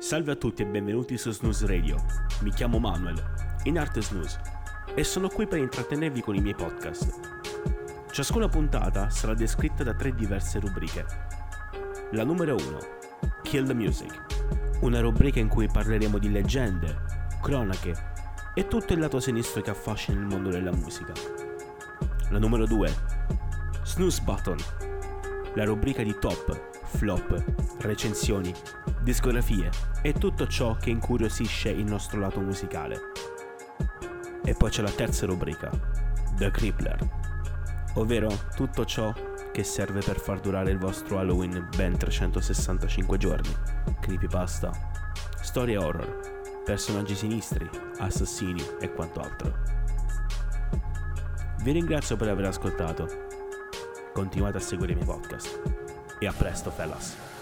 Salve a tutti e benvenuti su Snooze Radio. Mi chiamo Manuel, in arte Snooze, e sono qui per intrattenervi con i miei podcast. Ciascuna puntata sarà descritta da 3 diverse rubriche. La numero 1, Kill the Music, una rubrica in cui parleremo di leggende, cronache e tutto il lato sinistro che affascina il mondo della musica. La numero 2, Snooze Button, la rubrica di top, flop, recensioni, discografie e tutto ciò che incuriosisce il nostro lato musicale. E poi c'è la terza rubrica, The Crippler, ovvero tutto ciò che serve per far durare il vostro Halloween ben 365 giorni. Creepypasta, storie horror, personaggi sinistri, assassini e quanto altro. Vi ringrazio per aver ascoltato. Continuate a seguire i miei podcast. E a presto, fellas.